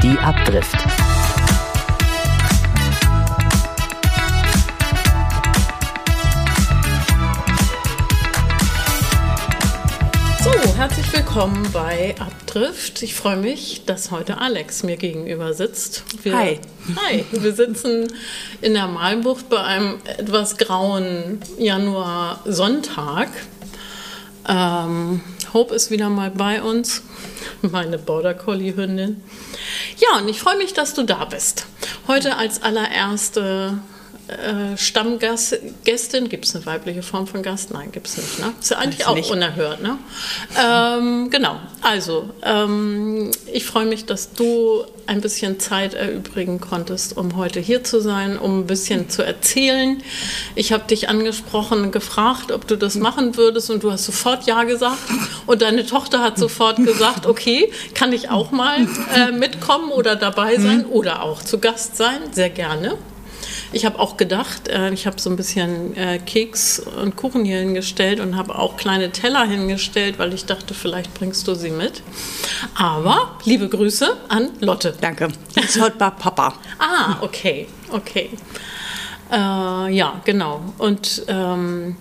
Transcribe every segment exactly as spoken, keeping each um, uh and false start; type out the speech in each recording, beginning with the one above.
Die Abdrift. So, herzlich willkommen bei Abdrift. Ich freue mich, dass heute Alex mir gegenüber sitzt. Wir, Hi. Hi. Wir sitzen in der Malbucht bei einem etwas grauen Januar-Sonntag. Ähm, Hope ist wieder mal bei uns, meine Border Collie Hündin. Ja, und ich freue mich, dass du da bist. Heute als allererste äh, Stammgästin. Gibt es eine weibliche Form von Gast? Nein, gibt es nicht. Ne? Ist ja eigentlich auch nicht. Unerhört. Ne? Ähm, genau, also ähm, ich freue mich, dass du ein bisschen Zeit erübrigen konntest, um heute hier zu sein, um ein bisschen zu erzählen. Ich habe dich angesprochen, gefragt, ob du das machen würdest und du hast sofort Ja gesagt und deine Tochter hat sofort gesagt, okay, kann ich auch mal äh, mitkommen oder dabei sein oder auch zu Gast sein, sehr gerne. Ich habe auch gedacht, äh, ich habe so ein bisschen äh, Keks und Kuchen hier hingestellt und habe auch kleine Teller hingestellt, weil ich dachte, vielleicht bringst du sie mit. Aber liebe Grüße an Lotte. Danke. Das ist heute bei Papa. Ah, okay, okay. Äh, ja, genau. Und ähm,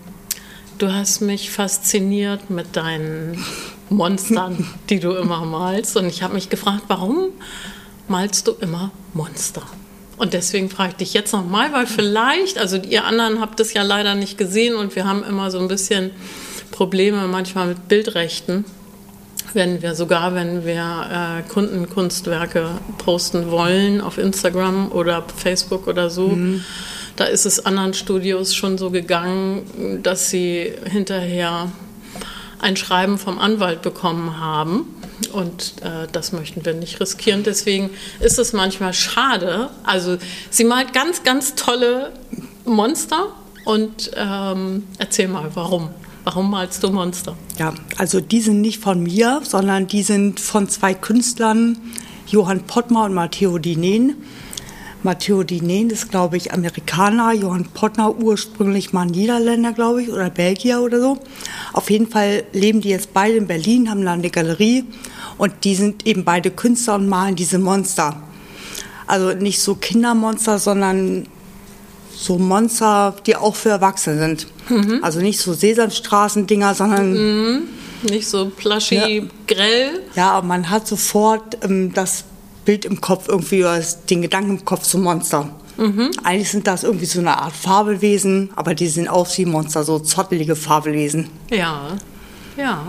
du hast mich fasziniert mit deinen Monstern, die du immer malst. Und ich habe mich gefragt, warum malst du immer Monster? Und deswegen frage ich dich jetzt nochmal, weil vielleicht, also ihr anderen habt es ja leider nicht gesehen und wir haben immer so ein bisschen Probleme manchmal mit Bildrechten, wenn wir sogar, wenn wir äh, Kundenkunstwerke posten wollen auf Instagram oder Facebook oder so, mhm. Da ist es anderen Studios schon so gegangen, dass sie hinterher ein Schreiben vom Anwalt bekommen haben. Und äh, das möchten wir nicht riskieren. Deswegen ist es manchmal schade. Also sie malt ganz, ganz tolle Monster. Und ähm, erzähl mal, warum? Warum malst du Monster? Ja, also die sind nicht von mir, sondern die sind von zwei Künstlern, Johann Pottmer und Matteo Dineen. Matteo Dineen ist, glaube ich, Amerikaner, Johann Pottmer ursprünglich mal Niederländer, glaube ich, oder Belgier oder so. Auf jeden Fall leben die jetzt beide in Berlin, haben da eine Galerie und die sind eben beide Künstler und malen diese Monster. Also nicht so Kindermonster, sondern so Monster, die auch für Erwachsene sind. Mhm. Also nicht so Sesamstraßendinger, sondern... Mhm. Nicht so plushy, ja. Grell. Ja, aber man hat sofort ähm, das Bild im Kopf irgendwie, oder den Gedanken im Kopf zum Monster. Mhm. Eigentlich sind das irgendwie so eine Art Fabelwesen, aber die sehen aus wie Monster, so zottelige Fabelwesen. Ja, ja.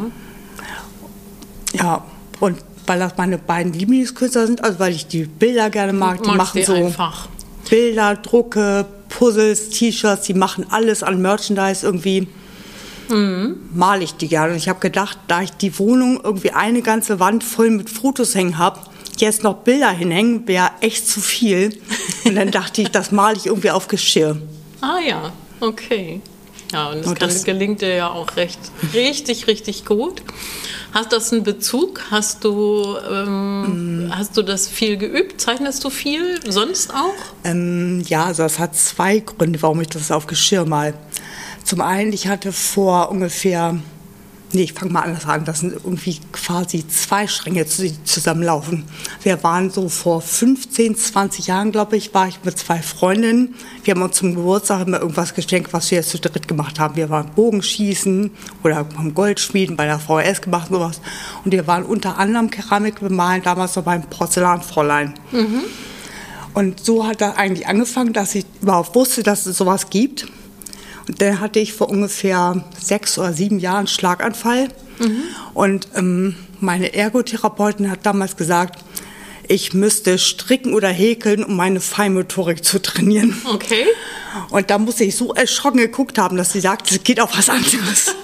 Ja, und weil das meine beiden Lieblingskünstler sind, also weil ich die Bilder gerne mag, die machen die so einfach. Bilder, Drucke, Puzzles, T-Shirts, die machen alles an Merchandise irgendwie. Mhm. Male ich die gerne. Und ich habe gedacht, da ich die Wohnung irgendwie eine ganze Wand voll mit Fotos hängen habe, jetzt noch Bilder hinhängen, wäre echt zu viel. Und dann dachte ich, das male ich irgendwie auf Geschirr. Ah ja, okay. Ja, und das, und das gelingt dir ja auch recht, richtig, richtig gut. Hast du das einen Bezug? Hast du, ähm, mm. hast du das viel geübt? Zeichnest du viel? Sonst auch? Ähm, ja, also das hat zwei Gründe, warum ich das auf Geschirr mal. Zum einen, ich hatte vor ungefähr... Nee, ich fange mal anders an. Das sind irgendwie quasi zwei Stränge, die zusammenlaufen. Wir waren so vor fünfzehn, zwanzig Jahren, glaube ich, war ich mit zwei Freundinnen. Wir haben uns zum Geburtstag immer irgendwas geschenkt, was wir jetzt zu dritt gemacht haben. Wir waren Bogenschießen oder haben Goldschmieden bei der V H S gemacht und sowas. Und wir waren unter anderem Keramik bemalen, damals noch beim Porzellanfräulein. Mhm. Und so hat das eigentlich angefangen, dass ich überhaupt wusste, dass es sowas gibt. Und dann hatte ich vor ungefähr sechs oder sieben Jahren einen Schlaganfall. Mhm. Und ähm, meine Ergotherapeutin hat damals gesagt, ich müsste stricken oder häkeln, um meine Feinmotorik zu trainieren. Okay. Und da musste ich so erschrocken geguckt haben, dass sie sagt, es geht auf was anderes.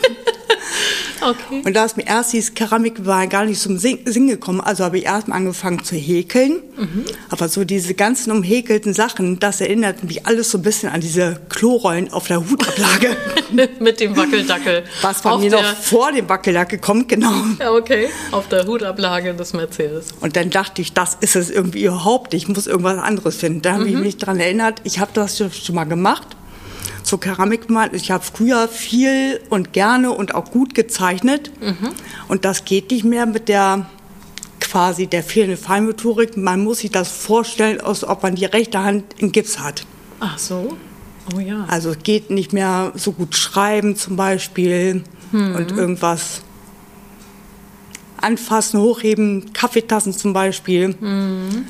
Okay. Und da ist mir erst dieses Keramik war gar nicht zum Sinn gekommen. Also habe ich erst mal angefangen zu häkeln. Mhm. Aber so diese ganzen umhäkelten Sachen, das erinnert mich alles so ein bisschen an diese Klorollen auf der Hutablage. Mit dem Wackeldackel. Was bei mir noch vor dem Wackeldackel kommt, genau. Ja, okay. Auf der Hutablage des Mercedes. Und dann dachte ich, das ist es irgendwie überhaupt nicht. Ich muss irgendwas anderes finden. Da habe mhm. ich mich daran erinnert, ich habe das schon mal gemacht. Zur Keramik mal. Ich habe früher viel und gerne und auch gut gezeichnet. Mhm. Und das geht nicht mehr mit der quasi der fehlende Feinmotorik. Man muss sich das vorstellen, als ob man die rechte Hand in Gips hat. Ach so? Oh ja. Also es geht nicht mehr so gut schreiben zum Beispiel hm. und irgendwas anfassen, hochheben, Kaffeetassen zum Beispiel. Hm.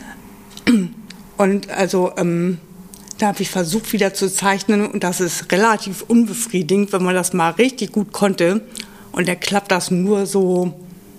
Und also ähm, da habe ich versucht wieder zu zeichnen und das ist relativ unbefriedigend, wenn man das mal richtig gut konnte und dann klappt das nur so,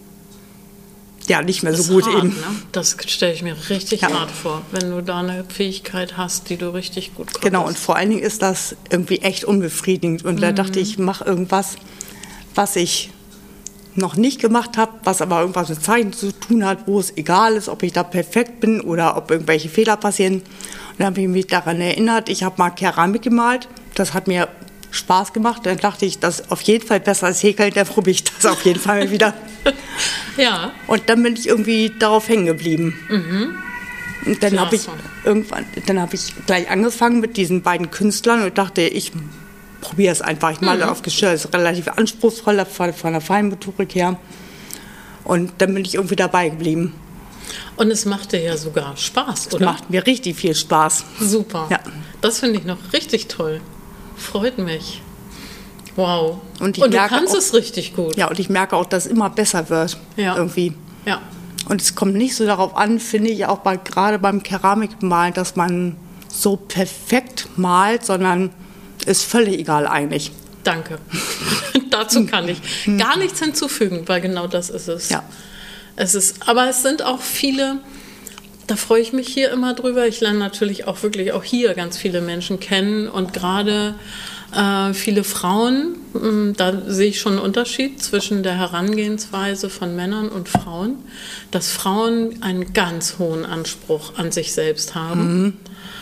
ja, nicht mehr das so gut hart, eben. Ne? Das stelle ich mir richtig ja. hart vor, wenn du da eine Fähigkeit hast, die du richtig gut konntest. Genau, und vor allen Dingen ist das irgendwie echt unbefriedigend und mhm. da dachte ich, ich mache irgendwas, was ich noch nicht gemacht habe, was aber irgendwas mit Zeichen zu tun hat, wo es egal ist, ob ich da perfekt bin oder ob irgendwelche Fehler passieren. Und dann habe ich mich daran erinnert, ich habe mal Keramik gemalt, das hat mir Spaß gemacht. Dann dachte ich, das ist auf jeden Fall besser als Häkeln, dann probiere ich das auf jeden Fall wieder. Ja. Und dann bin ich irgendwie darauf hängen geblieben. Mhm. Und dann habe ich irgendwann, dann habe ich gleich angefangen mit diesen beiden Künstlern und dachte, ich probiere es einfach. Ich male mhm. auf Geschirr, das ist relativ anspruchsvoll von, von der Feinmotorik her. Und dann bin ich irgendwie dabei geblieben. Und es macht dir ja sogar Spaß, oder? Es macht mir richtig viel Spaß. Super. Ja. Das finde ich noch richtig toll. Freut mich. Wow. Und, ich und du merke kannst auch, es richtig gut. Ja, und ich merke auch, dass es immer besser wird. Ja. Irgendwie. Ja. Und es kommt nicht so darauf an, finde ich, auch bei, gerade beim Keramikmalen, dass man so perfekt malt, sondern ist völlig egal eigentlich. Danke. Dazu kann ich gar nichts hinzufügen, weil genau das ist es. Ja. Es ist, aber es sind auch viele, da freue ich mich hier immer drüber. Ich lerne natürlich auch wirklich auch hier ganz viele Menschen kennen und gerade äh, viele Frauen, mh, da sehe ich schon einen Unterschied zwischen der Herangehensweise von Männern und Frauen, dass Frauen einen ganz hohen Anspruch an sich selbst haben mhm.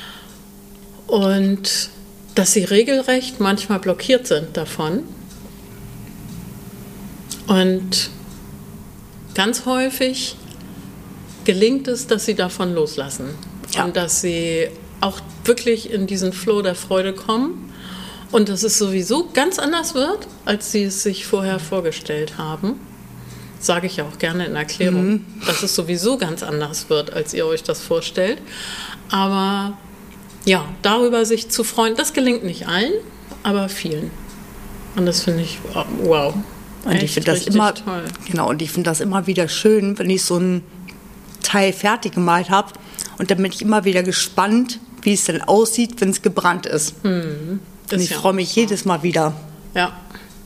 und dass sie regelrecht manchmal blockiert sind davon. Und ganz häufig gelingt es, dass sie davon loslassen. Ja. Und dass sie auch wirklich in diesen Flow der Freude kommen. Und dass es sowieso ganz anders wird, als sie es sich vorher vorgestellt haben. Sage ich ja auch gerne in Erklärung. Mhm. Dass es sowieso ganz anders wird, als ihr euch das vorstellt. Aber ja, darüber sich zu freuen, das gelingt nicht allen, aber vielen. Und das finde ich, wow. Und ich finde das immer, toll. Genau, und ich finde das immer wieder schön, wenn ich so ein Teil fertig gemalt habe. Und dann bin ich immer wieder gespannt, wie es denn aussieht, wenn es gebrannt ist. Hm, und ich ja freue mich so. jedes Mal wieder. Ja.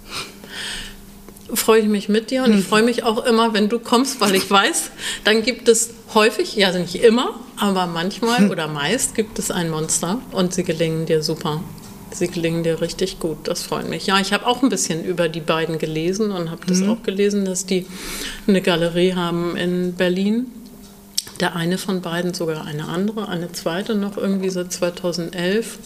Freue ich mich mit dir und hm. ich freue mich auch immer, wenn du kommst, weil ich weiß, dann gibt es häufig, ja nicht immer, aber manchmal hm. oder meist gibt es ein Monster und sie gelingen dir super. Sie gelingen dir richtig gut, das freut mich. Ja, ich habe auch ein bisschen über die beiden gelesen und habe das mhm. auch gelesen, dass die eine Galerie haben in Berlin. Der eine von beiden, sogar eine andere, eine zweite noch irgendwie seit zweitausendelf.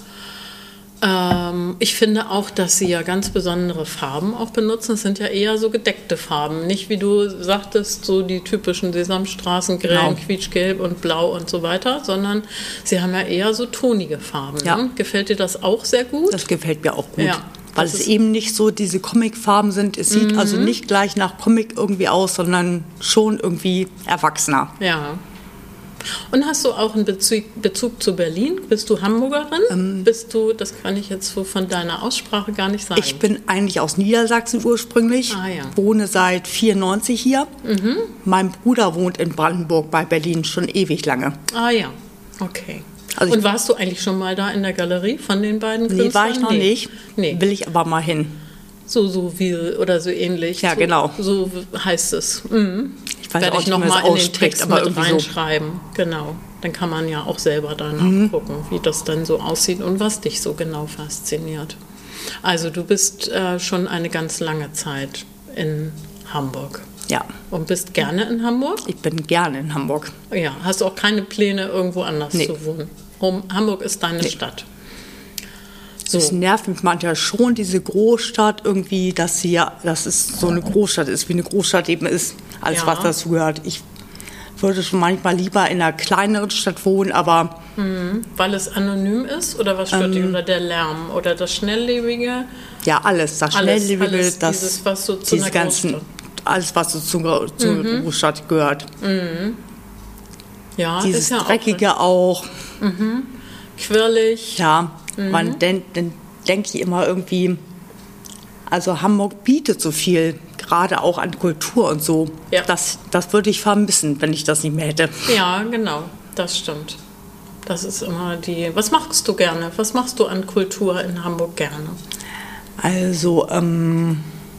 Ähm, ich finde auch, dass sie ja ganz besondere Farben auch benutzen. Es sind ja eher so gedeckte Farben. Nicht, wie du sagtest, so die typischen Sesamstraßen, grün, genau. quietschgelb und blau und so weiter, sondern sie haben ja eher so tonige Farben. Ja. Ne? Gefällt dir das auch sehr gut? Das gefällt mir auch gut. Ja, weil es eben nicht so diese Comicfarben sind. Es sieht mhm. also nicht gleich nach Comic irgendwie aus, sondern schon irgendwie erwachsener. Ja. Und hast du auch einen Bezug, Bezug zu Berlin? Bist du Hamburgerin? Ähm, Bist du, das kann ich jetzt so von deiner Aussprache gar nicht sagen. Ich bin eigentlich aus Niedersachsen ursprünglich, ah, ja. wohne seit vierundneunzig hier. Mhm. Mein Bruder wohnt in Brandenburg bei Berlin schon ewig lange. Ah ja, okay. Also und warst du eigentlich schon mal da in der Galerie von den beiden Künstlern? Nee, war ich noch nee. nicht. Nee. Will ich aber mal hin. So, so wie oder so ähnlich. Ja, so, genau. So heißt es. Mhm. Ich weiß Werde auch ich noch nicht, mal in den Text aber mit reinschreiben. So. Genau. Dann kann man ja auch selber danach mhm. gucken, wie das dann so aussieht und was dich so genau fasziniert. Also du bist äh, schon eine ganz lange Zeit in Hamburg. Ja. Und bist gerne in Hamburg? Ich bin gerne in Hamburg. Ja. Hast du auch keine Pläne, irgendwo anders nee. zu wohnen? Hamburg ist deine nee. Stadt. So. Das nervt mich manchmal schon, diese Großstadt irgendwie, dass sie ja, dass es so eine Großstadt ist, wie eine Großstadt eben ist, alles ja. was dazu gehört. Ich würde schon manchmal lieber in einer kleineren Stadt wohnen, aber... Mhm. Weil es anonym ist oder was stört ähm, dich? Oder der Lärm oder das Schnelllebige? Ja, alles, das alles, Schnelllebige, alles das, dieses, was so zu diese einer ganzen alles, was so zu, zu mhm. Großstadt gehört. Mhm. Ja, Dieses ist ja Dreckige auch. auch mhm. Quirlig. Ja, mhm. man dann denke ich immer irgendwie, also Hamburg bietet so viel, gerade auch an Kultur und so. Ja. Das, das würde ich vermissen, wenn ich das nicht mehr hätte. Ja, genau, das stimmt. Das ist immer die... Was machst du gerne? Was machst du an Kultur in Hamburg gerne? Also, ähm,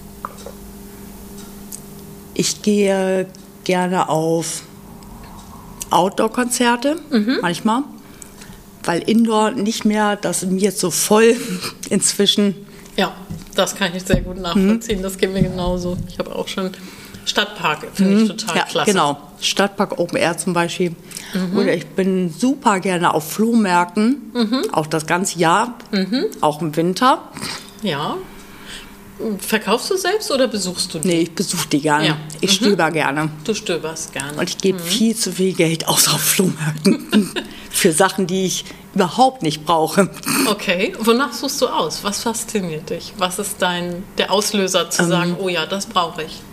ich gehe gerne auf Outdoor-Konzerte, mhm. manchmal, weil Indoor nicht mehr, das ist mir jetzt so voll inzwischen. Ja, das kann ich sehr gut nachvollziehen, mhm. das geht mir genauso. Ich habe auch schon Stadtpark, finde ich total ja, klasse. Genau, Stadtpark Open Air zum Beispiel. Mhm. Oder ich bin super gerne auf Flohmärkten, mhm. auch das ganze Jahr, mhm. auch im Winter. Ja. Verkaufst du selbst oder besuchst du die? Nee, ich besuche die gerne. Ja. Ich mhm. stöber gerne. Du stöberst gerne. Und ich gebe mhm. viel zu viel Geld aus auf Flohmärkten für Sachen, die ich überhaupt nicht brauche. Okay, wonach suchst du aus? Was fasziniert dich? Was ist dein der Auslöser zu ähm, sagen, oh ja, das brauche ich?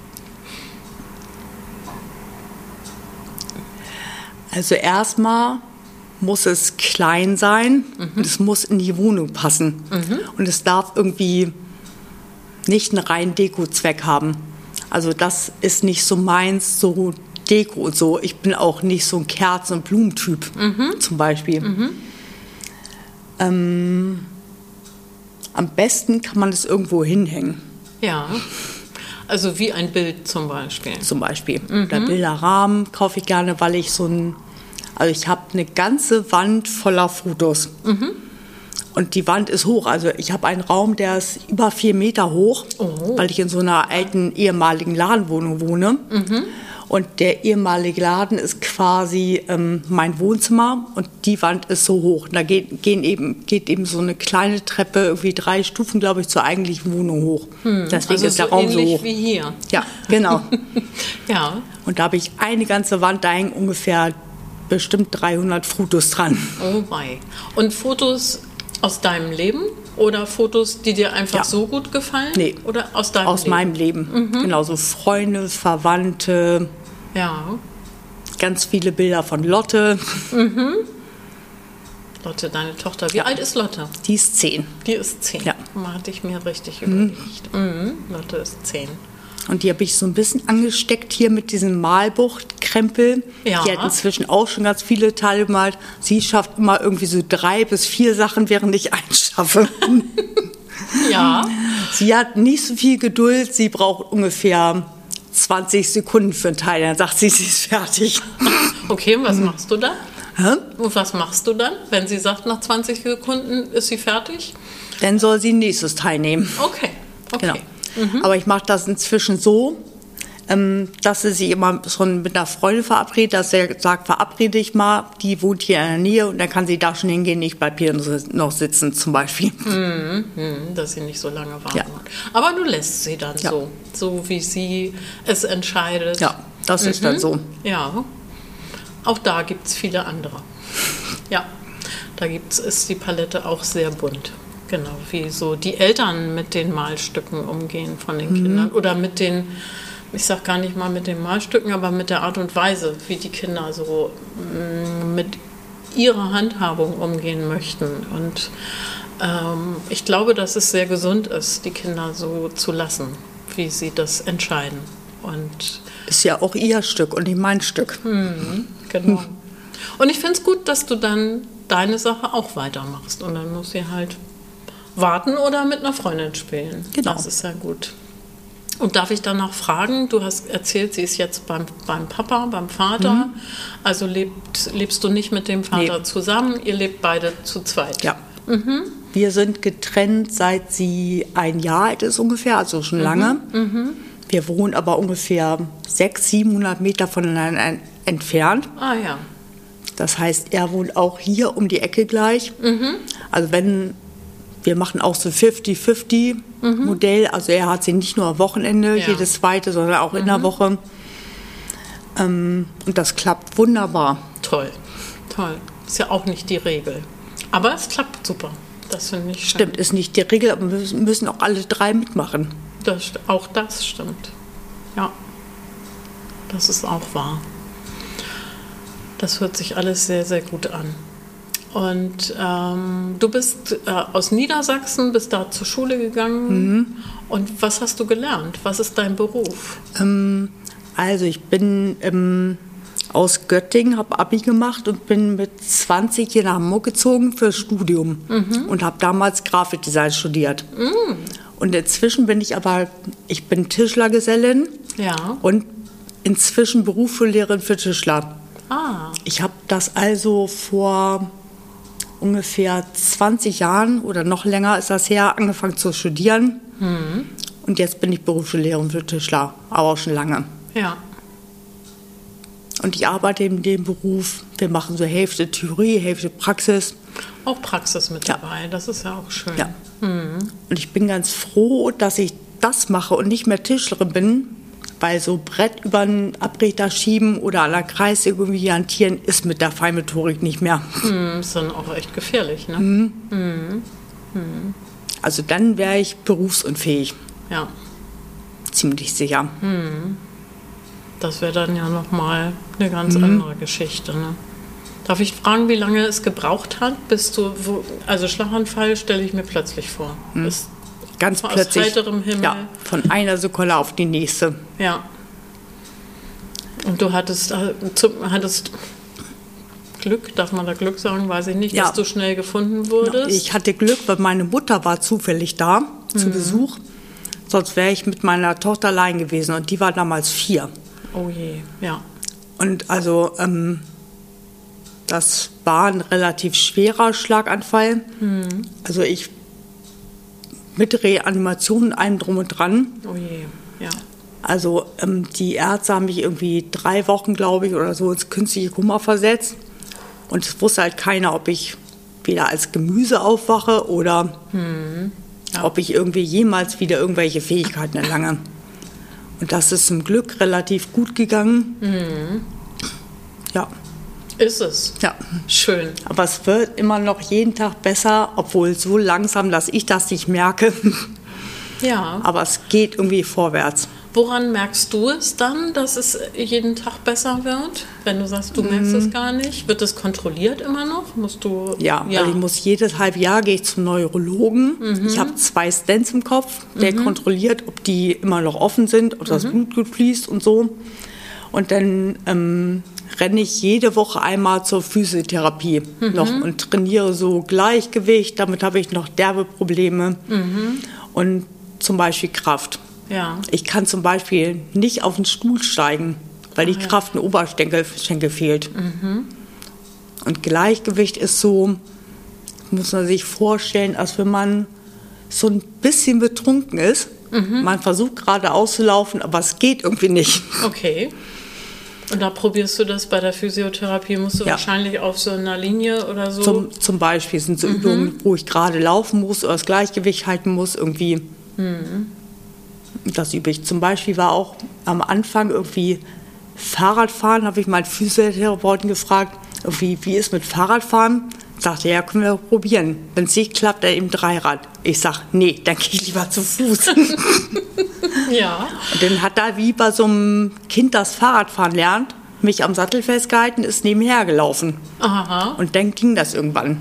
Also erstmal muss es klein sein mhm. und es muss in die Wohnung passen. Mhm. Und es darf irgendwie nicht einen reinen Deko-Zweck haben. Also das ist nicht so meins, so Deko und so. Ich bin auch nicht so ein Kerzen- und Blumentyp mhm. zum Beispiel. Mhm. Ähm, am besten kann man es irgendwo hinhängen. Ja, also wie ein Bild zum Beispiel. Zum Beispiel. Mhm. Oder Bilderrahmen kaufe ich gerne, weil ich so ein... Also ich habe eine ganze Wand voller Fotos. Mhm. Und die Wand ist hoch. Also ich habe einen Raum, der ist über vier Meter hoch, oh. weil ich in so einer alten ehemaligen Ladenwohnung wohne. Mhm. Und der ehemalige Laden ist quasi ähm, mein Wohnzimmer und die Wand ist so hoch. Da geht, gehen eben, geht eben so eine kleine Treppe, irgendwie drei Stufen, glaube ich, zur eigentlichen Wohnung hoch. Hm. Deswegen also ist der so Raum so hoch. Wie hier. Ja, genau. Ja. Und da habe ich eine ganze Wand, da hängen ungefähr bestimmt dreihundert Fotos dran. Oh mein. Und Fotos aus deinem Leben oder Fotos, die dir einfach ja. so gut gefallen? Nee, oder aus deinem aus Leben? meinem Leben. Mhm. Genau, so Freunde, Verwandte. Ja. Ganz viele Bilder von Lotte. Mhm. Lotte, deine Tochter. Wie ja. alt ist Lotte? Die ist zehn. Die ist zehn. Ja. Mal hatte ich mir richtig mhm. überlegt. Mhm. Lotte ist zehn. Und die habe ich so ein bisschen angesteckt hier mit diesem Malbuch-Krempel. Ja. Die hat inzwischen auch schon ganz viele Teile gemalt. Sie schafft immer irgendwie so drei bis vier Sachen, während ich eins schaffe. Ja. Sie hat nicht so viel Geduld. Sie braucht ungefähr zwanzig Sekunden für einen Teil. Dann sagt sie, sie ist fertig. Okay, und was mhm. machst du dann? Hä? Und was machst du dann, wenn sie sagt, nach zwanzig Sekunden ist sie fertig? Dann soll sie ein nächstes Teil nehmen. Okay, okay. Genau. Mhm. Aber ich mache das inzwischen so, ähm, dass sie sich immer schon mit einer Freundin verabredet, dass er sagt, verabrede ich mal, die wohnt hier in der Nähe und dann kann sie da schon hingehen, ich bleibe hier noch sitzen zum Beispiel. Mhm, dass sie nicht so lange warten ja. hat. Aber du lässt sie dann ja. so, so wie sie es entscheidet. Ja, das mhm. ist dann so. Ja, auch da gibt es viele andere. Ja, da gibt's, ist die Palette auch sehr bunt. Genau, wie so die Eltern mit den Malstücken umgehen von den mhm. Kindern oder mit den, ich sag gar nicht mal mit den Malstücken, aber mit der Art und Weise, wie die Kinder so mm, mit ihrer Handhabung umgehen möchten. Und ähm, ich glaube, dass es sehr gesund ist, die Kinder so zu lassen, wie sie das entscheiden. Und ist ja auch ihr Stück und nicht mein Stück. Mhm, genau. Hm. Und ich finde es gut, dass du dann deine Sache auch weitermachst und dann muss sie halt warten oder mit einer Freundin spielen. Genau. Das ist ja gut. Und darf ich dann noch fragen, du hast erzählt, sie ist jetzt beim, beim Papa, beim Vater, mhm. also lebt, lebst du nicht mit dem Vater nee. zusammen, ihr lebt beide zu zweit? Ja. Mhm. Wir sind getrennt, seit sie ein Jahr alt ist ungefähr, also schon lange. Mhm. Wir wohnen aber ungefähr sechshundert, siebenhundert Meter voneinander entfernt. Ah ja. Das heißt, er wohnt auch hier um die Ecke gleich. Mhm. Also wenn... Wir machen auch so fünfzig fünfzig mhm. Modell. Also er hat sie nicht nur am Wochenende, ja. jedes zweite, sondern auch mhm. in der Woche. Ähm, und das klappt wunderbar. Toll, toll. Ist ja auch nicht die Regel. Aber es klappt super. Das finde ich schön. Stimmt, ist nicht die Regel, aber wir müssen auch alle drei mitmachen. Das, auch das stimmt. Ja. das ist auch wahr. Das hört sich alles sehr, sehr gut an. Und ähm, du bist äh, aus Niedersachsen, bist da zur Schule gegangen. Mhm. Und was hast du gelernt? Was ist dein Beruf? Ähm, also ich bin ähm, aus Göttingen, habe Abi gemacht und bin mit zwanzig hier nach Hamburg gezogen fürs Studium. Mhm. Und habe damals Grafikdesign studiert. Mhm. Und inzwischen bin ich aber, ich bin Tischlergesellin. Ja. Und inzwischen Berufsschullehrerin für Tischler. Ah. Ich habe das also vor ungefähr zwanzig Jahren oder noch länger ist das her, angefangen zu studieren. Mhm. Und jetzt bin ich Berufsschullehrerin für Tischler, aber auch schon lange. Ja. Und ich arbeite in dem Beruf, wir machen so Hälfte Theorie, Hälfte Praxis. Auch Praxis mit dabei, ja. Das ist ja auch schön. Ja. Mhm. Und ich bin ganz froh, dass ich das mache und nicht mehr Tischlerin bin, weil so Brett über einen Abrichter schieben oder an der Kreis irgendwie hantieren, ist mit der Feinmotorik nicht mehr. Mhm, ist dann auch echt gefährlich, ne? Mhm. Mhm. Mhm. Also dann wäre ich berufsunfähig. Ja. Ziemlich sicher. Mhm. Das wäre dann ja nochmal eine ganz mhm. andere Geschichte, ne? Darf ich fragen, wie lange es gebraucht hat, bis du, wo, also Schlaganfall stelle ich mir plötzlich vor. Mhm. Ist Ganz aus plötzlich, heiterem Himmel. Ja, von einer Sekunde auf die nächste. Ja. Und du hattest, hattest Glück, darf man da Glück sagen, weiß ich nicht, ja. dass du schnell gefunden wurdest. Ja, ich hatte Glück, weil meine Mutter war zufällig da mhm. zu Besuch. Sonst wäre ich mit meiner Tochter allein gewesen und die war damals vier. Oh je, ja. Und also ähm, das war ein relativ schwerer Schlaganfall. Mhm. Also ich mit Reanimation, allem drum und dran. Oh je, ja. Also ähm, die Ärzte haben mich irgendwie drei Wochen, glaube ich, oder so ins künstliche Koma versetzt. Und es wusste halt keiner, ob ich wieder als Gemüse aufwache oder hm, ja. ob ich irgendwie jemals wieder irgendwelche Fähigkeiten erlange. Und das ist zum Glück relativ gut gegangen. Hm. Ja. Ist es. Ja. Schön. Aber es wird immer noch jeden Tag besser, obwohl so langsam, dass ich das nicht merke. Ja. Aber es geht irgendwie vorwärts. Woran merkst du es dann, dass es jeden Tag besser wird? Wenn du sagst, du merkst mm. es gar nicht. Wird es kontrolliert immer noch? Musst du? Ja, ja. Weil ich muss jedes halbe Jahr gehe ich zum Neurologen. Mhm. Ich habe zwei Stents im Kopf, der mhm. kontrolliert, ob die immer noch offen sind, ob mhm. das Blut gut fließt und so. Und dann ähm, renne ich jede Woche einmal zur Physiotherapie mhm. noch und trainiere so Gleichgewicht. Damit habe ich noch derbe Probleme. Mhm. Und zum Beispiel Kraft. Ja. Ich kann zum Beispiel nicht auf den Stuhl steigen, weil die ah, Kraft ja. im Oberschenkel Schenkel fehlt. Mhm. Und Gleichgewicht ist so, muss man sich vorstellen, als wenn man so ein bisschen betrunken ist. Mhm. Man versucht gerade auszulaufen, aber es geht irgendwie nicht. Okay. Und da probierst du das bei der Physiotherapie, musst du ja. wahrscheinlich auf so einer Linie oder so? Zum, zum Beispiel sind so mhm. Übungen, wo ich gerade laufen muss oder das Gleichgewicht halten muss, irgendwie. Mhm. Das übe ich. Zum Beispiel war auch am Anfang irgendwie Fahrradfahren, habe ich meinen Physiotherapeuten gefragt, wie, wie ist mit Fahrradfahren? Sagte er, ja, können wir probieren. Wenn es nicht klappt, dann eben Dreirad. Ich sage, nee, dann gehe ich lieber zu Fuß. Ja. Und dann hat er wie bei so einem Kind, das Fahrradfahren lernt, mich am Sattel festgehalten, ist nebenher gelaufen. Aha. Und dann ging das irgendwann.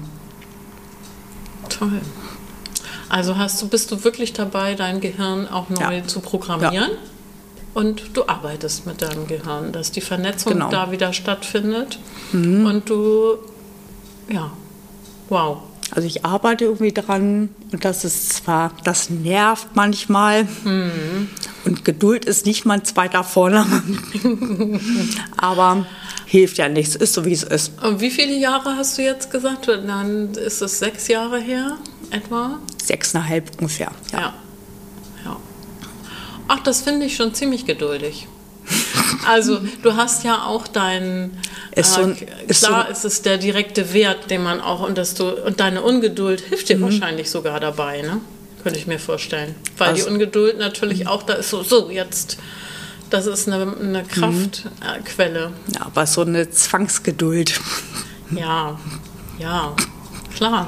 Toll. Also hast du, bist du wirklich dabei, dein Gehirn auch neu ja. zu programmieren? Ja. Und du arbeitest mit deinem Gehirn, dass die Vernetzung genau. da wieder stattfindet. Mhm. Und du, ja, wow. Also ich arbeite irgendwie dran und das ist zwar, das nervt manchmal mhm. und Geduld ist nicht mein zweiter Vorname, aber hilft ja nichts, ist so wie es ist. Und wie viele Jahre hast du jetzt gesagt? Dann ist es sechs Jahre her etwa? Sechseinhalb ungefähr, ja. ja. ja. Ach, das finde ich schon ziemlich geduldig. Also du hast ja auch deinen, ist so ein, äh, klar ist, so ist es der direkte Wert, den man auch, und, dass du, und deine Ungeduld hilft dir mhm. wahrscheinlich sogar dabei, ne? Könnte ich mir vorstellen. Weil also, die Ungeduld natürlich auch da ist, so, so jetzt, das ist eine, eine Kraftquelle. Mhm. Ja, aber so eine Zwangsgeduld. Ja, ja, klar.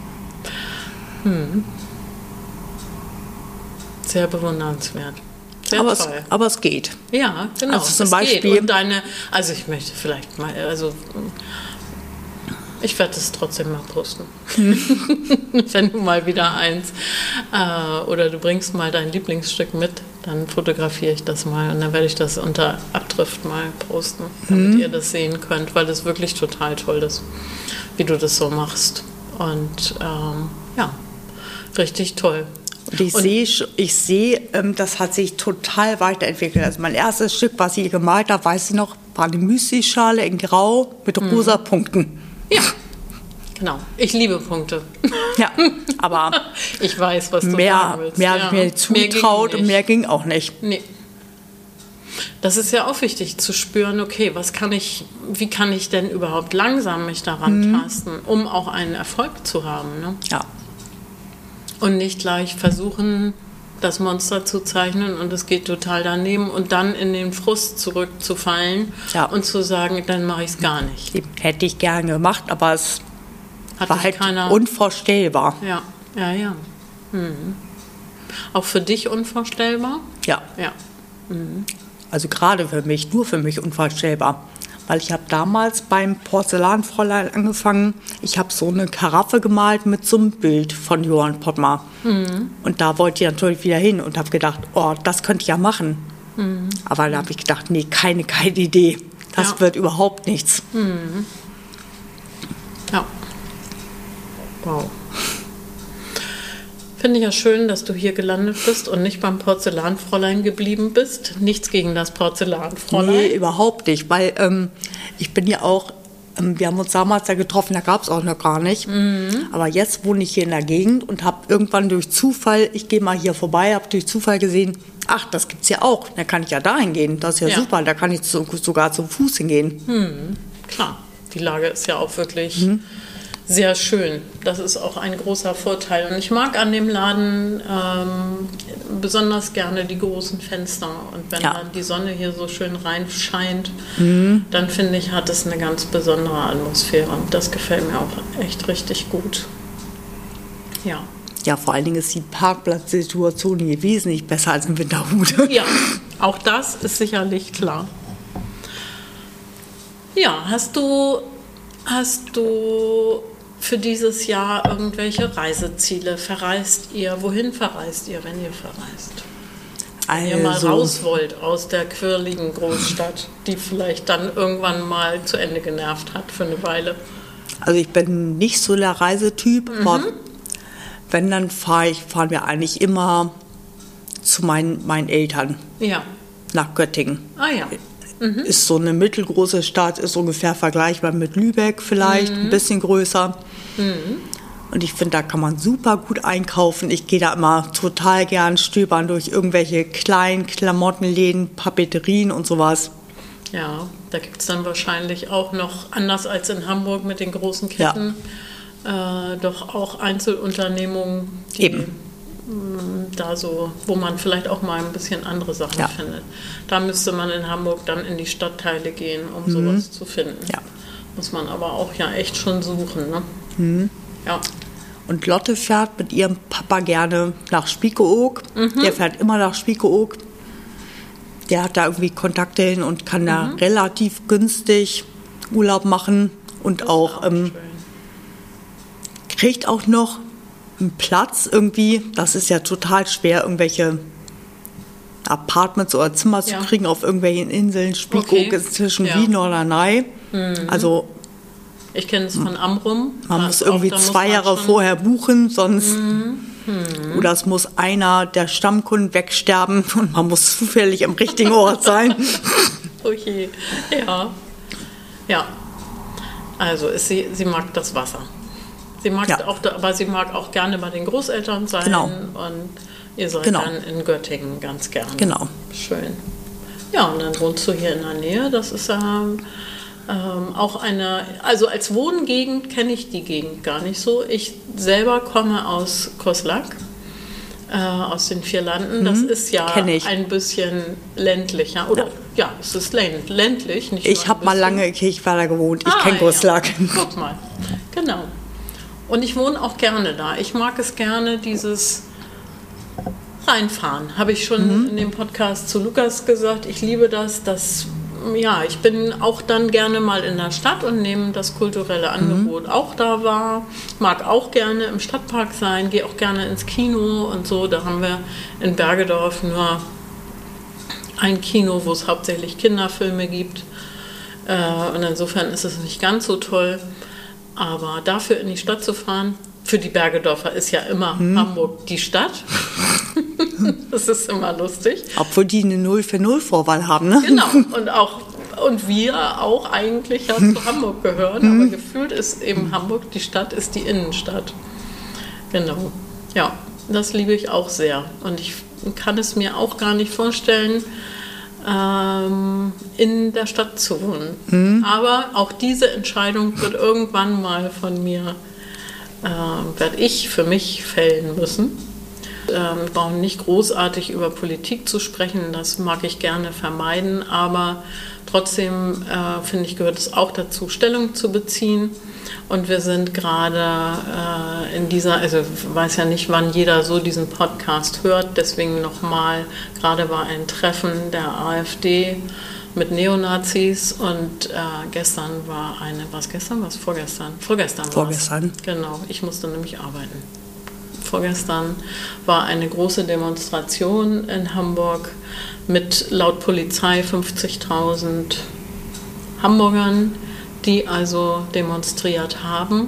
Hm. Sehr bewundernswert. wäre aber toll. Es, aber es geht. Ja, genau. Also zum es Beispiel. Geht. Und deine, also ich möchte vielleicht mal, also ich werde es trotzdem mal posten. Wenn du mal wieder eins äh, oder du bringst mal dein Lieblingsstück mit, dann fotografiere ich das mal und dann werde ich das unter Abdrift mal posten, damit mhm. ihr das sehen könnt, weil das wirklich total toll ist, wie du das so machst. Und ähm, ja, richtig toll. Und ich sehe, ich sehe, ähm, das hat sich total weiterentwickelt. Also mein erstes Stück, was ich gemalt habe, weiß ich noch, war eine Müsli-Schale in Grau mit mhm. rosa Punkten. Ja, genau. Ich liebe Punkte. Ja, aber ich weiß, was du mehr, sagen willst. Mehr ja. habe ich mir zugetraut und mehr ging auch nicht. Nee. Das ist ja auch wichtig zu spüren, okay, was kann ich, wie kann ich denn überhaupt langsam mich daran mhm. tasten, um auch einen Erfolg zu haben. Ne? Ja. Und nicht gleich versuchen, das Monster zu zeichnen und es geht total daneben und dann in den Frust zurückzufallen ja. und zu sagen, dann mache ich es gar nicht. Hätte ich gerne gemacht, aber es Hat war halt keiner... unvorstellbar. Ja, ja, ja. Mhm. Auch für dich unvorstellbar? Ja. Ja. Mhm. Also gerade für mich, nur für mich unvorstellbar. Weil ich habe damals beim Porzellanfräulein angefangen, ich habe so eine Karaffe gemalt mit so einem Bild von Johann Pottmar. Mhm. Und da wollte ich natürlich wieder hin und habe gedacht, oh, das könnte ich ja machen. Mhm. Aber da habe ich gedacht, nee, keine, keine Idee. Das ja. wird überhaupt nichts. Mhm. Ja. Wow. Finde ich ja schön, dass du hier gelandet bist und nicht beim Porzellanfräulein geblieben bist. Nichts gegen das Porzellanfräulein. Nee, überhaupt nicht, weil ähm, ich bin ja auch, ähm, wir haben uns damals ja getroffen, da gab es auch noch gar nicht. Mhm. Aber jetzt wohne ich hier in der Gegend und habe irgendwann durch Zufall, ich gehe mal hier vorbei, habe durch Zufall gesehen, ach, das gibt's ja auch, da kann ich ja dahin gehen, das ist ja, ja. super, da kann ich zu, sogar zum Fuß hingehen. Mhm. Klar, die Lage ist ja auch wirklich... Mhm. Sehr schön. Das ist auch ein großer Vorteil. Und ich mag an dem Laden ähm, besonders gerne die großen Fenster. Und wenn ja. dann die Sonne hier so schön reinscheint, mhm. dann finde ich, hat es eine ganz besondere Atmosphäre. Und das gefällt mir auch echt richtig gut. Ja. Ja, vor allen Dingen ist die Parkplatzsituation hier wesentlich besser als im Winterhut. Ja, auch das ist sicherlich klar. Ja, hast du, hast du für dieses Jahr irgendwelche Reiseziele? Verreist ihr? Wohin verreist ihr, wenn ihr verreist? Wenn ihr mal Also- raus wollt aus der quirligen Großstadt, die vielleicht dann irgendwann mal zu Ende genervt hat für eine Weile. Also ich bin nicht so der Reisetyp, aber wenn, dann fahr ich, fahren wir eigentlich immer zu meinen, meinen Eltern Ja. nach Göttingen. Ah ja. Ist so eine mittelgroße Stadt, ist ungefähr vergleichbar mit Lübeck vielleicht, ein bisschen größer. Und ich finde, da kann man super gut einkaufen. Ich gehe da immer total gern stöbern durch irgendwelche kleinen Klamottenläden, Papeterien und sowas. Ja, da gibt es dann wahrscheinlich auch noch, anders als in Hamburg mit den großen Ketten, äh, doch auch Einzelunternehmungen, die Eben. mh, da so, wo man vielleicht auch mal ein bisschen andere Sachen Ja. findet. Da müsste man in Hamburg dann in die Stadtteile gehen, um sowas zu finden. Ja. Muss man aber auch ja echt schon suchen. Ne? Ja. Und Lotte fährt mit ihrem Papa gerne nach Spiekeroog. Der fährt immer nach Spiekeroog. Der hat da irgendwie Kontakte hin und kann da relativ günstig Urlaub machen. Und Das auch, ist ähm, schön. kriegt auch noch einen Platz irgendwie. Das ist ja total schwer, irgendwelche Apartments oder Zimmer Ja. zu kriegen auf irgendwelchen Inseln. Spiekeroog Okay. ist zwischen Ja. Wien und Norderney. Also Ich kenne es von Amrum. man Da muss ist auch- irgendwie da muss zwei man Jahre schon- vorher buchen, sonst oder es muss einer der Stammkunden wegsterben und man muss zufällig am richtigen Ort sein. Okay, ja. Ja. Also ist sie, sie mag das Wasser. Sie mag Ja. auch, aber sie mag auch gerne bei den Großeltern sein. Genau. Und ihr seid Genau. dann in Göttingen ganz gerne. Genau. Schön. Ja, und dann wohnst du hier in der Nähe. Das ist ähm, ähm, auch eine, also als Wohngegend kenne ich die Gegend gar nicht so. Ich selber komme aus Koslak, äh, aus den vier Landen. Das ist ja kenn ich. ein bisschen ländlicher. Oder ja, es ist länd, ländlich. Nicht Ich nur ein habe mal bisschen. lange in Kirchweiler gewohnt. Ich Ah, kenne Goslag. Ja. Guck mal, genau. Und ich wohne auch gerne da. Ich mag es gerne, dieses reinfahren. Habe ich schon mhm. in dem Podcast zu Lukas gesagt. Ich liebe das, dass ja, ich bin auch dann gerne mal in der Stadt und nehme das kulturelle Angebot mhm. auch da wahr. Mag auch gerne im Stadtpark sein, gehe auch gerne ins Kino und so. Da haben wir in Bergedorf nur ein Kino, wo es hauptsächlich Kinderfilme gibt. Und insofern ist es nicht ganz so toll. Aber dafür in die Stadt zu fahren, für die Bergedorfer ist ja immer hm. Hamburg die Stadt. Das ist immer lustig. Obwohl die eine null für null Vorwahl haben, ne? Genau. Und auch und wir auch eigentlich ja zu Hamburg gehören. Hm. Aber gefühlt ist eben Hamburg die Stadt, ist die Innenstadt. Genau. Ja, das liebe ich auch sehr. Und ich kann es mir auch gar nicht vorstellen, ähm, in der Stadt zu wohnen. Mhm. Aber auch diese Entscheidung wird irgendwann mal von mir, äh, werde ich für mich fällen müssen. Ähm, wir brauchen nicht großartig über Politik zu sprechen, das mag ich gerne vermeiden, aber trotzdem äh, finde ich, gehört es auch dazu, Stellung zu beziehen. Und wir sind gerade äh, in dieser, also ich weiß ja nicht, wann jeder so diesen Podcast hört, deswegen nochmal, gerade war ein Treffen der AfD mit Neonazis und äh, gestern war eine, was gestern, was vorgestern? Vorgestern war Vorgestern. Genau, ich musste nämlich arbeiten. Vorgestern war eine große Demonstration in Hamburg mit laut Polizei fünfzigtausend Hamburgern, die also demonstriert haben.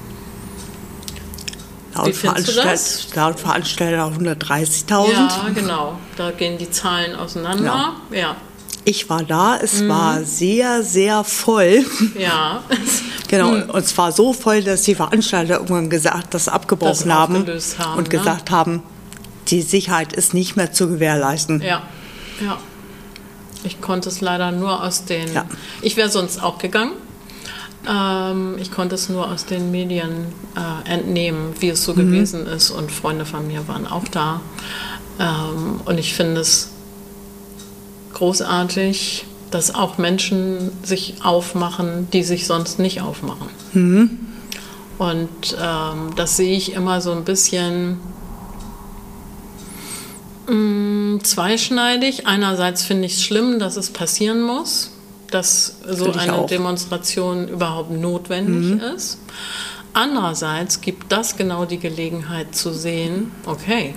Laut, Veranstalt, laut Veranstalter hundertdreißigtausend. Ja, genau. Da gehen die Zahlen auseinander. Ja. ja. Ich war da, es mhm. war sehr, sehr voll. Ja. Genau, mhm. und zwar so voll, dass die Veranstalter irgendwann gesagt, das abgebrochen das haben, haben und ne? gesagt haben, die Sicherheit ist nicht mehr zu gewährleisten. Ja, ja. Ich konnte es leider nur aus den... Ja. Ich wäre sonst auch gegangen. Ähm, ich konnte es nur aus den Medien äh, entnehmen, wie es so mhm. gewesen ist. Und Freunde von mir waren auch da. Ähm, und ich finde es großartig, dass auch Menschen sich aufmachen, die sich sonst nicht aufmachen. Mhm. Und ähm, das sehe ich immer so ein bisschen mh, zweischneidig. Einerseits finde ich es schlimm, dass es passieren muss, dass so eine auch. Demonstration überhaupt notwendig mhm. ist. Andererseits gibt das genau die Gelegenheit zu sehen, okay,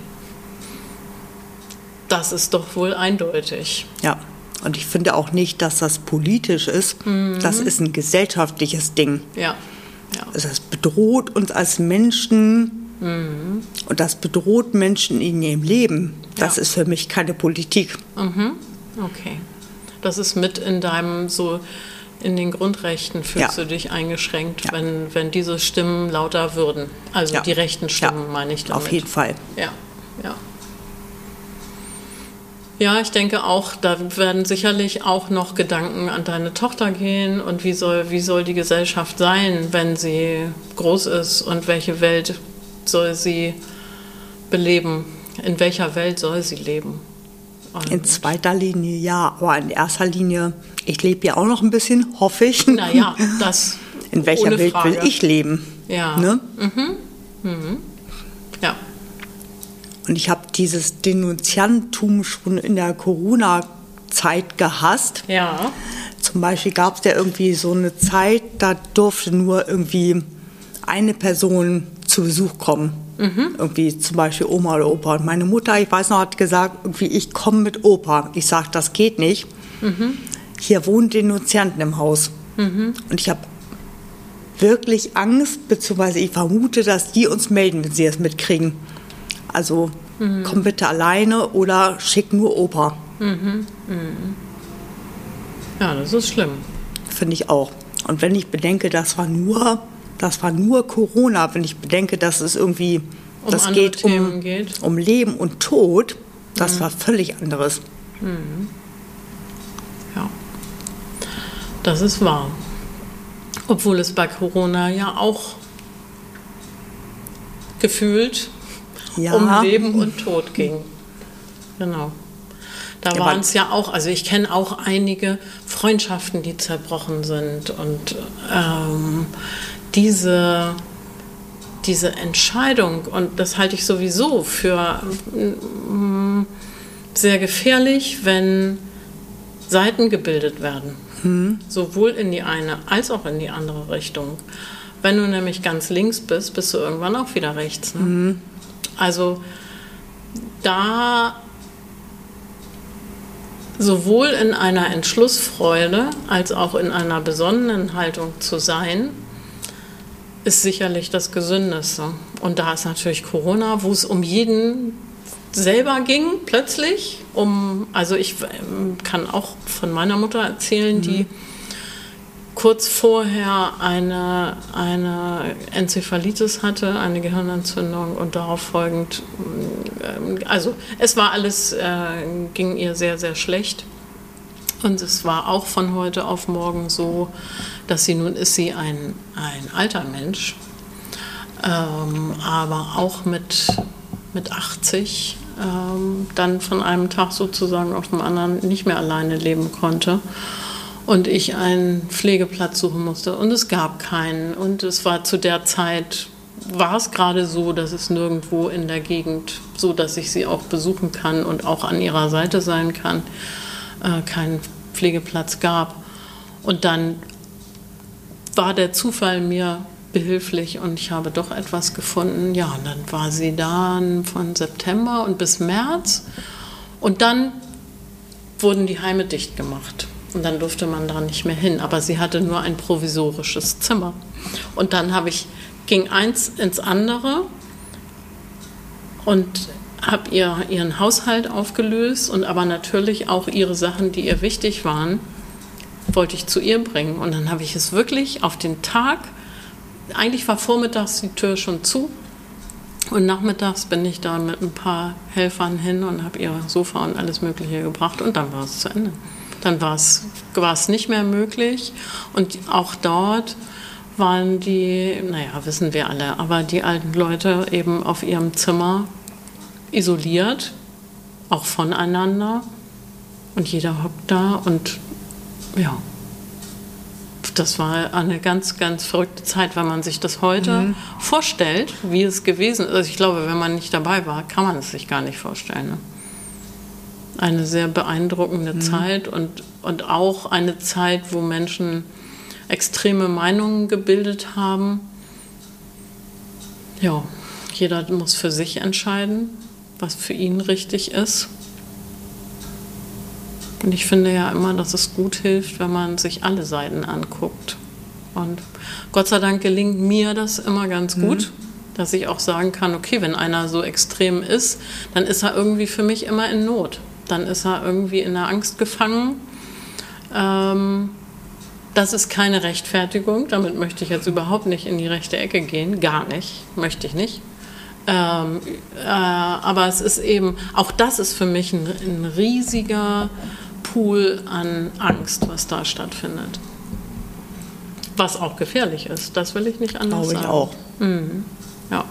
das ist doch wohl eindeutig. Ja. Und ich finde auch nicht, dass das politisch ist. Mhm. Das ist ein gesellschaftliches Ding. Ja. ja. Also das bedroht uns als Menschen mhm. und das bedroht Menschen in ihrem Leben. Das ja. ist für mich keine Politik. Mhm. Okay. Das ist mit in deinem, so in den Grundrechten fühlst ja. du dich eingeschränkt, ja. wenn, wenn diese Stimmen lauter würden. Also ja. die rechten Stimmen ja. meine ich damit. Auf jeden Fall. Ja, ja. Ja, ich denke auch, da werden sicherlich auch noch Gedanken an deine Tochter gehen und wie soll, wie soll die Gesellschaft sein, wenn sie groß ist und welche Welt soll sie beleben, in welcher Welt soll sie leben. Und in zweiter Linie ja, aber in erster Linie, ich lebe ja auch noch ein bisschen, hoffe ich. Naja, das in welcher ohne Welt Frage. will ich leben? Ja. Ne? Mhm. Mhm. Ja. Und ich habe dieses Denunziantum schon in der Corona-Zeit gehasst. Ja. Zum Beispiel gab es ja irgendwie so eine Zeit, da durfte nur irgendwie eine Person zu Besuch kommen. Mhm. Irgendwie zum Beispiel Oma oder Opa. Und meine Mutter, ich weiß noch, hat gesagt, irgendwie, ich komme mit Opa. Ich sage, das geht nicht. Mhm. Hier wohnen Denunzianten im Haus. Mhm. Und ich habe wirklich Angst, beziehungsweise ich vermute, dass die uns melden, wenn sie das mitkriegen. Also mhm. komm bitte alleine oder schick nur Opa. Mhm. Mhm. Ja, das ist schlimm. Finde ich auch. Und wenn ich bedenke, das war nur, das war nur Corona, wenn ich bedenke, dass es irgendwie, um das geht um, geht um Leben und Tod, das mhm. war völlig anderes. Mhm. Ja, das ist wahr. Obwohl es bei Corona ja auch gefühlt ja. um Leben und Tod ging. Genau. Da waren es ja auch, also ich kenne auch einige Freundschaften, die zerbrochen sind. Und ähm, diese diese Entscheidung, und das halte ich sowieso für mm, sehr gefährlich, wenn Seiten gebildet werden. Hm. Sowohl in die eine als auch in die andere Richtung. Wenn du nämlich ganz links bist, bist du irgendwann auch wieder rechts. Ne? Hm. Also da sowohl in einer Entschlussfreude als auch in einer besonnenen Haltung zu sein, ist sicherlich das Gesündeste. Und da ist natürlich Corona, wo es um jeden selber ging, plötzlich. Um, also ich kann auch von meiner Mutter erzählen, mhm. die kurz vorher eine, eine Enzephalitis hatte, eine Gehirnentzündung und darauf folgend, also es war alles, äh, ging ihr sehr, sehr schlecht. Und es war auch von heute auf morgen so, dass sie, nun ist sie ein, ein alter Mensch, ähm, aber auch mit, mit achtzig ähm, dann von einem Tag sozusagen auf den anderen nicht mehr alleine leben konnte. Und ich einen Pflegeplatz suchen musste. Und es gab keinen. Und es war zu der Zeit, war es gerade so, dass es nirgendwo in der Gegend, so dass ich sie auch besuchen kann und auch an ihrer Seite sein kann, äh, keinen Pflegeplatz gab. Und dann war der Zufall mir behilflich und ich habe doch etwas gefunden. Ja, und dann war sie dann von September und bis März. Und dann wurden die Heime dicht gemacht. Und dann durfte man da nicht mehr hin. Aber sie hatte nur ein provisorisches Zimmer. Und dann habe ich, ging eins ins andere und habe ihr ihren Haushalt aufgelöst und aber natürlich auch ihre Sachen, die ihr wichtig waren, wollte ich zu ihr bringen. Und dann habe ich es wirklich auf den Tag, eigentlich war vormittags die Tür schon zu und nachmittags bin ich da mit ein paar Helfern hin und habe ihr Sofa und alles Mögliche gebracht und dann war es zu Ende. Dann war es, war es nicht mehr möglich und auch dort waren die, naja, wissen wir alle, aber die alten Leute eben auf ihrem Zimmer isoliert, auch voneinander und jeder hockt da und ja, das war eine ganz, ganz verrückte Zeit, wenn man sich das heute mhm. vorstellt, wie es gewesen ist. Also ich glaube, wenn man nicht dabei war, kann man es sich gar nicht vorstellen. Ne? Eine sehr beeindruckende mhm. Zeit und, und auch eine Zeit, wo Menschen extreme Meinungen gebildet haben. Ja, jeder muss für sich entscheiden, was für ihn richtig ist. Und ich finde ja immer, dass es gut hilft, wenn man sich alle Seiten anguckt. Und Gott sei Dank gelingt mir das immer ganz gut, mhm. dass ich auch sagen kann, okay, wenn einer so extrem ist, dann ist er irgendwie für mich immer in Not. Dann ist er irgendwie in der Angst gefangen. Ähm, das ist keine Rechtfertigung. Damit möchte ich jetzt überhaupt nicht in die rechte Ecke gehen. Gar nicht. Möchte ich nicht. Ähm, äh, aber es ist eben, auch das ist für mich ein, ein riesiger Pool an Angst, was da stattfindet. Was auch gefährlich ist. Das will ich nicht anders sagen. Glaube ich auch. Mhm. Ja.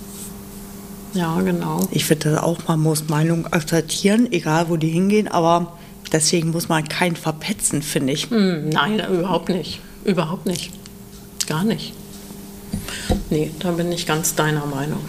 Ja, genau. Ich finde auch, man muss Meinungen akzeptieren, egal wo die hingehen, aber deswegen muss man keinen verpetzen, finde ich. Mm, nein, überhaupt nicht. Überhaupt nicht. Gar nicht. Nee, da bin ich ganz deiner Meinung.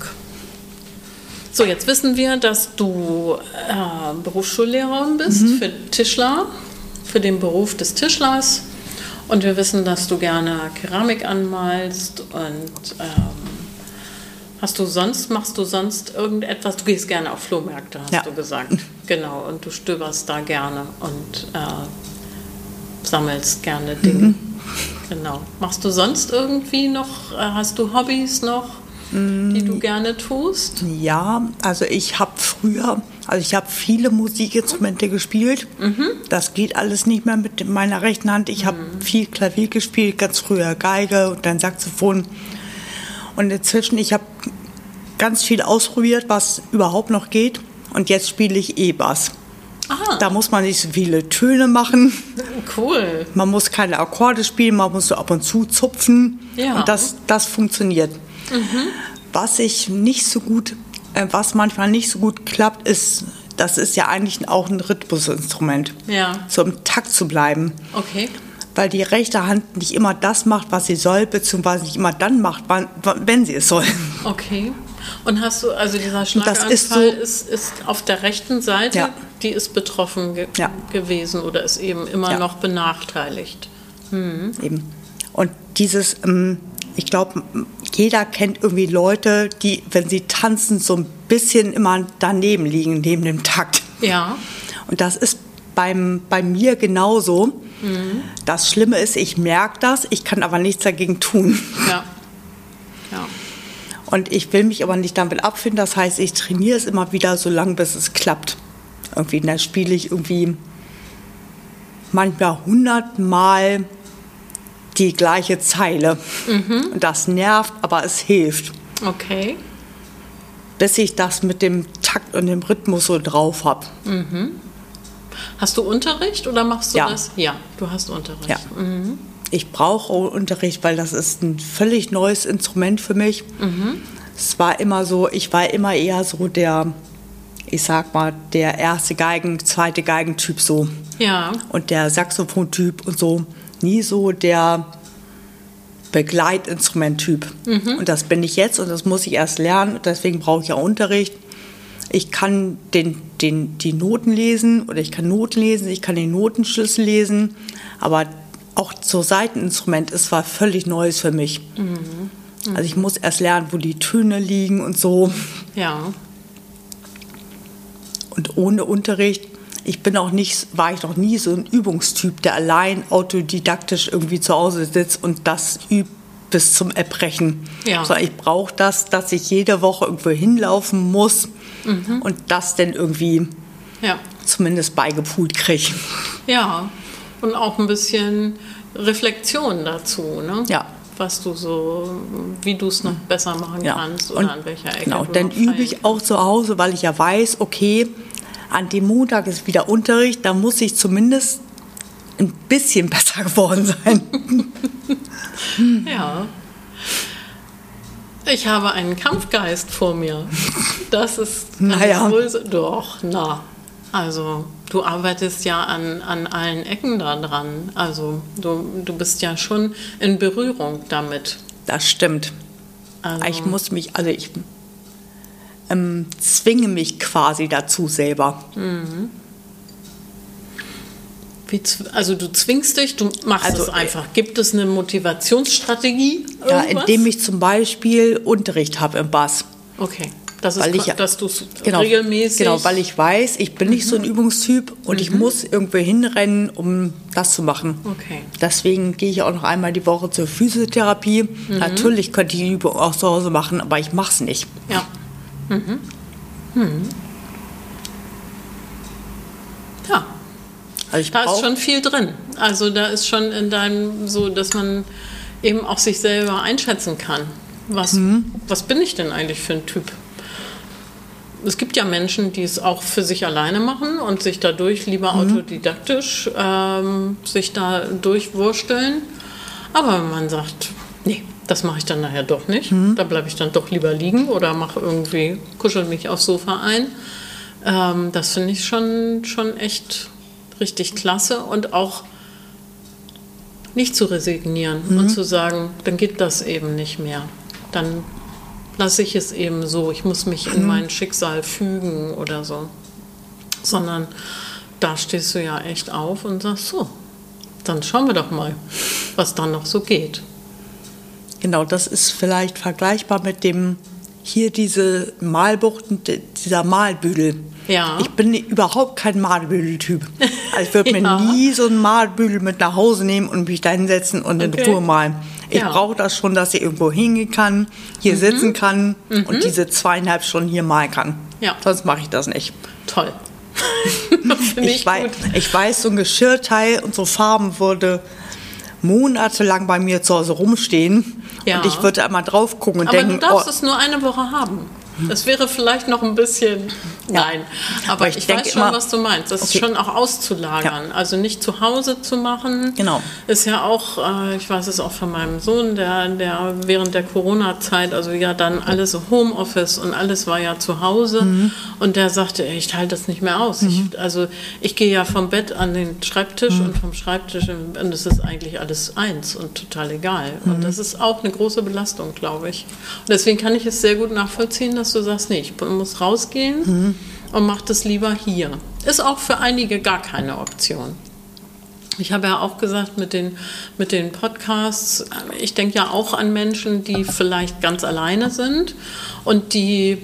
So, jetzt wissen wir, dass du äh, Berufsschullehrerin bist mhm. für Tischler, für den Beruf des Tischlers. Und wir wissen, dass du gerne Keramik anmalst und ähm, Hast du sonst, machst du sonst irgendetwas? Du gehst gerne auf Flohmärkte, hast ja. du gesagt. Genau, und du stöberst da gerne und äh, sammelst gerne Dinge. Mhm. Genau. Machst du sonst irgendwie noch, äh, hast du Hobbys noch, mhm. die du gerne tust? Ja, also ich habe früher, also ich habe viele Musikinstrumente gespielt. Mhm. Das geht alles nicht mehr mit meiner rechten Hand. Ich mhm. habe viel Klavier gespielt, ganz früher Geige und dann Saxophon. Und inzwischen, ich habe ganz viel ausprobiert, was überhaupt noch geht. Und jetzt spiele ich E-Bass. Aha. Da muss man nicht so viele Töne machen. Cool. Man muss keine Akkorde spielen, man muss so ab und zu zupfen. Ja. Und das, das funktioniert. Mhm. Was ich nicht so gut, äh, was manchmal nicht so gut klappt, ist, das ist ja eigentlich auch ein Rhythmusinstrument. Ja. So im Takt zu bleiben. Okay. Weil die rechte Hand nicht immer das macht, was sie soll, beziehungsweise nicht immer dann macht, wann, wenn sie es soll. Okay. Und hast du, also dieser Schlaganfall ist, so, ist, ist auf der rechten Seite, ja. die ist betroffen ge- ja. gewesen oder ist eben immer ja. noch benachteiligt. Hm. Eben. Und dieses, ähm, ich glaube, jeder kennt irgendwie Leute, die, wenn sie tanzen, so ein bisschen immer daneben liegen, neben dem Takt. Ja. Und das ist beim, bei mir genauso. Mhm. Das Schlimme ist, ich merke das, ich kann aber nichts dagegen tun. Ja. Ja. Und ich will mich aber nicht damit abfinden. Das heißt, ich trainiere es immer wieder so lange, bis es klappt. Irgendwie, dann spiele ich irgendwie manchmal hundertmal die gleiche Zeile. Mhm. Und das nervt, aber es hilft. Okay. Bis ich das mit dem Takt und dem Rhythmus so drauf habe. Mhm. Hast du Unterricht oder machst du ja. das? Ja, du hast Unterricht. Ja. Mhm. Ich brauche Unterricht, weil das ist ein völlig neues Instrument für mich. Mhm. Es war immer so, ich war immer eher so der, ich sag mal, der erste Geigen-, zweite Geigentyp so. Ja. Und der Saxophon-Typ und so. Nie so der Begleitinstrument-Typ. Mhm. Und das bin ich jetzt und das muss ich erst lernen. Deswegen brauche ich ja Unterricht. Ich kann den, den, die Noten lesen oder ich kann Noten lesen, ich kann den Notenschlüssel lesen, aber auch so Saiteninstrument ist was völlig Neues für mich. Mhm. Mhm. Also ich muss erst lernen, wo die Töne liegen und so. Ja. Und ohne Unterricht, ich bin auch nicht, war ich noch nie so ein Übungstyp, der allein autodidaktisch irgendwie zu Hause sitzt und das übt bis zum Erbrechen. Ja. Sondern ich brauche das, dass ich jede Woche irgendwo hinlaufen muss mhm. und das dann irgendwie ja. zumindest beigepult kriege. Ja, und auch ein bisschen Reflexion dazu, ne? Ja. Was du so, wie du es noch besser machen ja. kannst oder und an welcher Ecke genau, du dann übe ich auch zu Hause, weil ich ja weiß, okay, an dem Montag ist wieder Unterricht, da muss ich zumindest ein bisschen besser geworden sein. Ja. Ich habe einen Kampfgeist vor mir. Das ist naja. wohl so, doch, na. Also du arbeitest ja an, an allen Ecken da dran. Also du, du bist ja schon in Berührung damit. Das stimmt. Also. Ich muss mich, also ich ähm, zwinge mich quasi dazu selber. Mhm. Wie, also du zwingst dich, du machst also, es einfach. Gibt es eine Motivationsstrategie? Irgendwas? Ja, indem ich zum Beispiel Unterricht habe im Bass. Okay. Das ist, weil ich, dass du es genau, regelmäßig... Genau, weil ich weiß, ich bin mhm. nicht so ein Übungstyp und mhm. ich muss irgendwo hinrennen, um das zu machen. Okay. Deswegen gehe ich auch noch einmal die Woche zur Physiotherapie. Mhm. Natürlich könnte ich die Übung auch zu Hause machen, aber ich mache es nicht. Ja. Mhm. Mhm. Ja. Also ich da ist schon viel drin. Also da ist schon in deinem so, dass man eben auch sich selber einschätzen kann. Was, mhm. was bin ich denn eigentlich für ein Typ? Es gibt ja Menschen, die es auch für sich alleine machen und sich dadurch lieber mhm. autodidaktisch ähm, sich da durchwursteln. Aber wenn man sagt, nee, das mache ich dann nachher doch nicht, mhm. da bleibe ich dann doch lieber liegen oder mache irgendwie, kuschel mich aufs Sofa ein. Ähm, das finde ich schon, schon echt richtig klasse und auch nicht zu resignieren mhm. und zu sagen, dann geht das eben nicht mehr. Dann lasse ich es eben so, ich muss mich in mein Schicksal fügen oder so. Sondern da stehst du ja echt auf und sagst, so, dann schauen wir doch mal, was dann noch so geht. Genau, das ist vielleicht vergleichbar mit dem, hier diese Malbuchten, dieser Malbüdel. Ja. Ich bin überhaupt kein Malbüdel-Typ. Also ich würde mir ja. nie so einen Malbüdel mit nach Hause nehmen und mich da hinsetzen und okay. in Ruhe malen. Ich ja. brauche das schon, dass ich irgendwo hingehen kann, hier mhm. sitzen kann mhm. und diese zweieinhalb Stunden hier malen kann. Ja. Sonst mache ich das nicht. Toll. ich, ich, weiß, ich weiß, so ein Geschirrteil und so Farben würde monatelang bei mir zu Hause rumstehen. Ja. Und ich würde einmal drauf gucken und Aber denken... du darfst oh, es nur eine Woche haben. Das wäre vielleicht noch ein bisschen Nein, aber, aber ich, ich weiß schon, immer, was du meinst. Das okay. ist schon auch auszulagern. Ja. Also nicht zu Hause zu machen. Genau. Ist ja auch, äh, ich weiß es auch von meinem Sohn, der, der während der Corona-Zeit, also ja dann alles so Homeoffice und alles war ja zu Hause. Mhm. Und der sagte, ey, ich halte das nicht mehr aus. Mhm. Ich, also ich gehe ja vom Bett an den Schreibtisch mhm. und vom Schreibtisch und es ist eigentlich alles eins und total egal. Mhm. Und das ist auch eine große Belastung, glaube ich. Und deswegen kann ich es sehr gut nachvollziehen, dass du sagst, nee, ich muss rausgehen. Mhm. Und macht es lieber hier. Ist auch für einige gar keine Option. Ich habe ja auch gesagt, mit den, mit den Podcasts, ich denke ja auch an Menschen, die vielleicht ganz alleine sind und die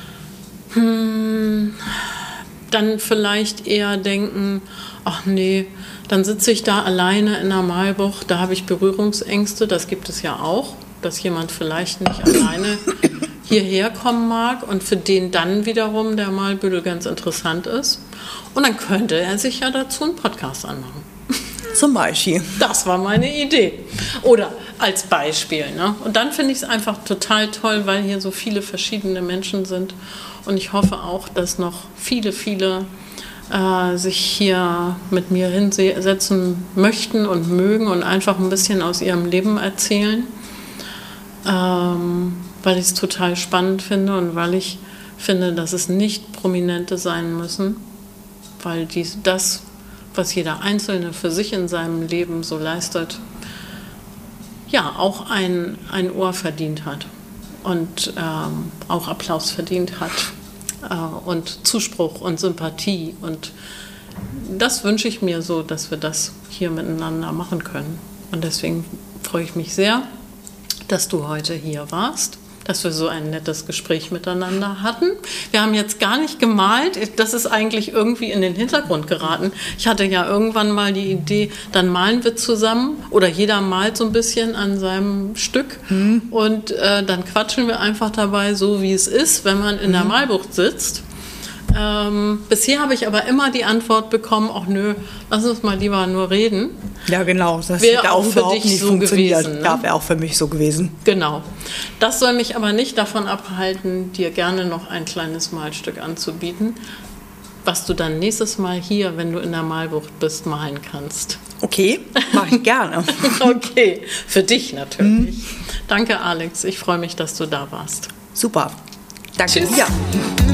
hm, dann vielleicht eher denken, ach nee, dann sitze ich da alleine in der Mahlbucht, da habe ich Berührungsängste, das gibt es ja auch, dass jemand vielleicht nicht alleine hierher kommen mag und für den dann wiederum der Malbüttel ganz interessant ist. Und dann könnte er sich ja dazu einen Podcast anmachen. Zum Beispiel. Das war meine Idee. Oder als Beispiel. Ne? Und dann finde ich es einfach total toll, weil hier so viele verschiedene Menschen sind. Und ich hoffe auch, dass noch viele, viele äh, sich hier mit mir hinsetzen möchten und mögen und einfach ein bisschen aus ihrem Leben erzählen. Ähm, weil ich es total spannend finde und weil ich finde, dass es nicht Prominente sein müssen, weil dies, das, was jeder Einzelne für sich in seinem Leben so leistet, ja, auch ein, ein Ohr verdient hat und ähm, auch Applaus verdient hat äh, und Zuspruch und Sympathie. Und das wünsche ich mir so, dass wir das hier miteinander machen können. Und deswegen freue ich mich sehr, dass du heute hier warst, dass wir so ein nettes Gespräch miteinander hatten. Wir haben jetzt gar nicht gemalt, das ist eigentlich irgendwie in den Hintergrund geraten. Ich hatte ja irgendwann mal die Idee, dann malen wir zusammen oder jeder malt so ein bisschen an seinem Stück mhm. und äh, dann quatschen wir einfach dabei, so wie es ist, wenn man in mhm. der Malbucht sitzt. Ähm, bisher habe ich aber immer die Antwort bekommen, ach nö, lass uns mal lieber nur reden. Ja, genau. Das wäre auch für dich nicht so gewesen. Ne? Ja, wäre auch für mich so gewesen. Genau. Das soll mich aber nicht davon abhalten, dir gerne noch ein kleines Malstück anzubieten, was du dann nächstes Mal hier, wenn du in der Malbucht bist, malen kannst. Okay, mache ich gerne. Okay, für dich natürlich. Mhm. Danke, Alex. Ich freue mich, dass du da warst. Super. Danke. Tschüss. Ja.